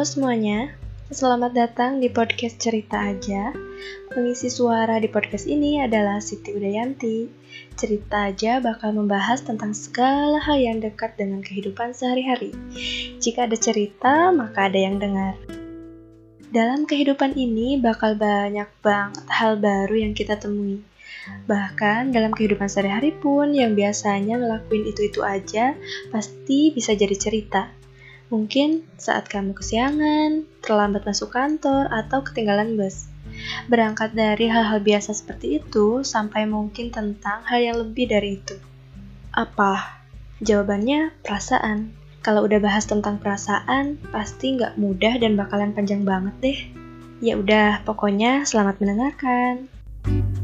semuanya, selamat datang di podcast Cerita Aja. Pengisi suara di podcast ini adalah Siti Udayanti. Cerita Aja bakal membahas tentang segala hal yang dekat dengan kehidupan sehari-hari. Jika ada cerita, maka ada yang dengar. Dalam kehidupan ini bakal banyak banget hal baru yang kita temui. Bahkan dalam kehidupan sehari-hari pun yang biasanya ngelakuin itu-itu aja, pasti bisa jadi cerita. Mungkin saat kamu kesiangan, terlambat masuk kantor, atau ketinggalan bus. Berangkat dari hal-hal biasa seperti itu, sampai mungkin tentang hal yang lebih dari itu. Apa? Jawabannya perasaan. Kalau udah bahas tentang perasaan, pasti nggak mudah dan bakalan panjang banget deh. Ya udah, pokoknya selamat mendengarkan.